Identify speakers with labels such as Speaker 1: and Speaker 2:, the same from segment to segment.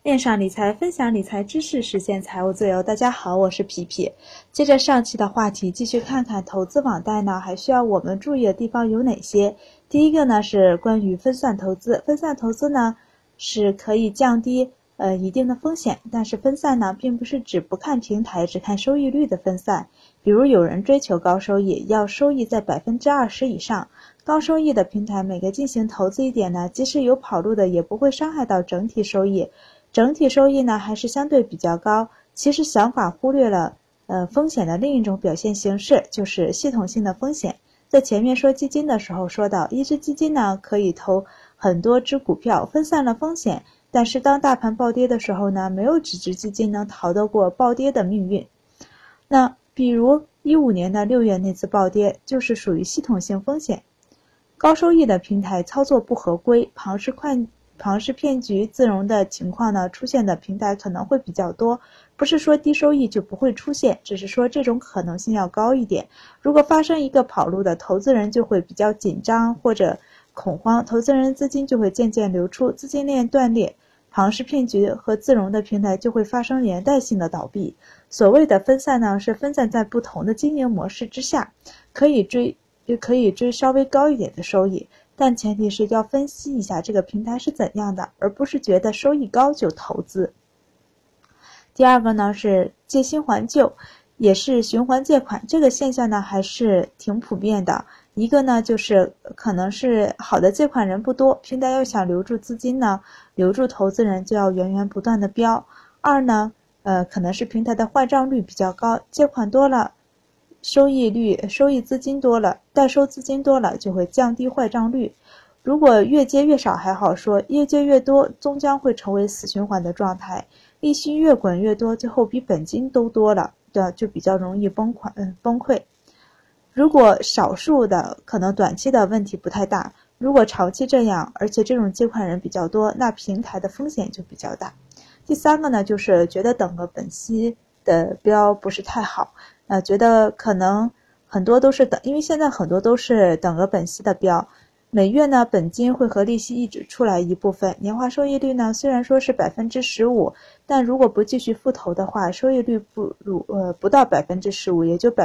Speaker 1: 链上理财，分享理财知识，实现财务自由。大家好，我是皮皮。接着上期的话题，继续看看投资网贷呢，还需要我们注意的地方有哪些？第一个呢是关于分散投资。分散投资呢是可以降低一定的风险，但是分散呢并不是指不看平台，只看收益率的分散。比如有人追求高收益，要收益在 20% 以上，高收益的平台每个进行投资一点呢，即使有跑路的也不会伤害到整体收益。整体收益呢还是相对比较高。其实想法忽略了风险的另一种表现形式，就是系统性的风险。在前面说基金的时候说到，一只基金呢可以投很多只股票，分散了风险，但是当大盘暴跌的时候呢，没有几只基金能逃得过暴跌的命运。那比如15年的6月那次暴跌就是属于系统性风险。高收益的平台操作不合规，庞氏骗局自融的情况呢，出现的平台可能会比较多。不是说低收益就不会出现，只是说这种可能性要高一点。如果发生一个跑路的，投资人就会比较紧张或者恐慌，投资人资金就会渐渐流出，资金链断裂，庞氏骗局和自融的平台就会发生连带性的倒闭。所谓的分散呢，是分散在不同的经营模式之下，可以追稍微高一点的收益，但前提是要分析一下这个平台是怎样的，而不是觉得收益高就投资。第二个呢是借新还旧，也是循环借款，这个现象呢还是挺普遍的。一个呢就是可能是好的借款人不多，平台要想留住资金呢，留住投资人就要源源不断的标。二呢可能是平台的坏账率比较高，借款多了，收益资金多了，代收资金多了就会降低坏账率。如果越借越少还好说，越借越多终将会成为死循环的状态，利息越滚越多，最后比本金都多了，就比较容易崩溃。如果少数的可能短期的问题不太大，如果长期这样，而且这种借款人比较多，那平台的风险就比较大。第三个呢就是觉得等个本息的标不是太好，觉得可能很多都是因为现在很多都是等额本息的标，每月呢本金会和利息一直出来一部分，年化收益率呢虽然说是 15%， 但如果不继续复投的话，收益率不到 15%， 也就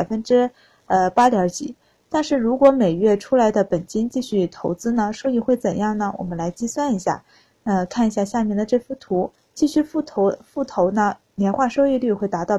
Speaker 1: 8几。但是如果每月出来的本金继续投资呢，收益会怎样呢？我们来计算一下，看一下下面的这幅图，继续复投呢，年化收益率会达到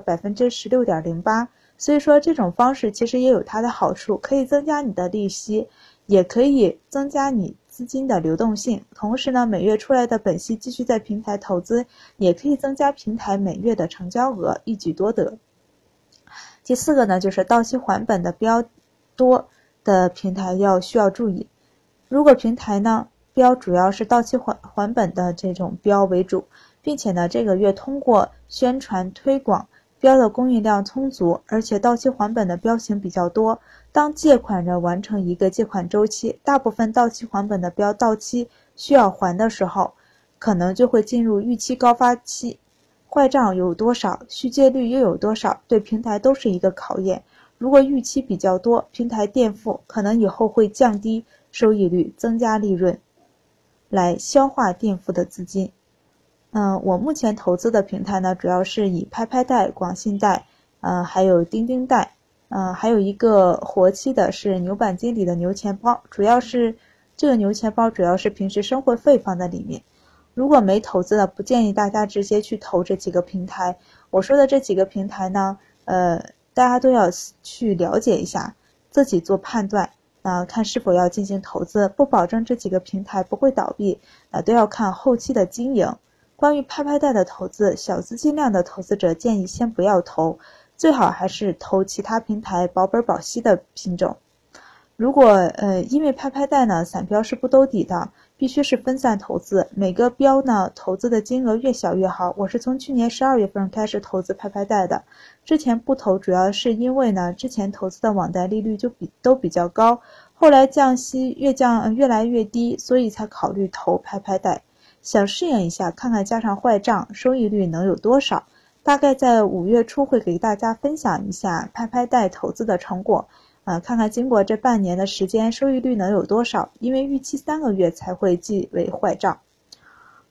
Speaker 1: 16.08%。所以说这种方式其实也有它的好处，可以增加你的利息，也可以增加你资金的流动性。同时呢，每月出来的本息继续在平台投资，也可以增加平台每月的成交额，一举多得。第四个呢，就是到期还本的标多的平台需要注意。如果平台呢标主要是到期还本的这种标为主，并且呢这个月通过宣传推广，标的供应量充足，而且到期还本的标型比较多，当借款人完成一个借款周期，大部分到期还本的标到期需要还的时候，可能就会进入预期高发期，坏账有多少，续借率又有多少，对平台都是一个考验。如果预期比较多，平台垫付，可能以后会降低收益率，增加利润，来消化垫付的资金。我目前投资的平台呢，主要是以拍拍贷、广信贷，还有钉钉贷，还有一个活期的是牛板金里的牛钱包，这个牛钱包主要是平时生活费放在里面。如果没投资的，不建议大家直接去投这几个平台。我说的这几个平台呢，大家都要去了解一下，自己做判断，看是否要进行投资，不保证这几个平台不会倒闭，都要看后期的经营。关于拍拍贷的投资，小资金量的投资者建议先不要投，最好还是投其他平台保本保息的品种。如果因为拍拍贷呢散标是不兜底的，必须是分散投资，每个标呢投资的金额越小越好。我是从去年12月份开始投资拍拍贷的，之前不投主要是因为呢之前投资的网贷利率都比较高，后来降息越来越低，所以才考虑投拍拍贷，想适应一下，看看加上坏账收益率能有多少。大概在5月初会给大家分享一下拍拍贷投资的成果，看看经过这半年的时间收益率能有多少，因为预期3个月才会计为坏账。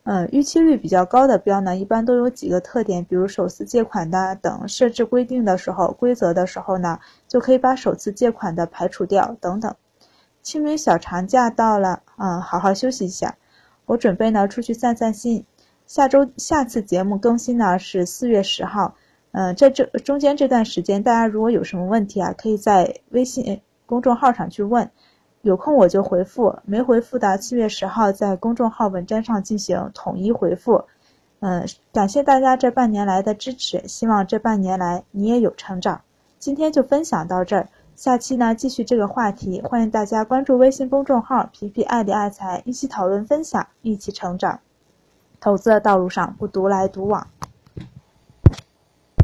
Speaker 1: 逾期率比较高的标呢，一般都有几个特点，比如首次借款的等设置规则的时候呢，就可以把首次借款的排除掉等等。清明小长假到了，好好休息一下。我准备呢出去散散心。下次节目更新呢是4月10号。在这中间这段时间，大家如果有什么问题啊，可以在微信公众号上去问，有空我就回复，没回复的7月10号在公众号文章上进行统一回复。感谢大家这半年来的支持，希望这半年来你也有成长。今天就分享到这儿，下期呢继续这个话题，欢迎大家关注微信公众号皮皮爱理爱财，一起讨论分享，一起成长。投资的道路上不独来独往。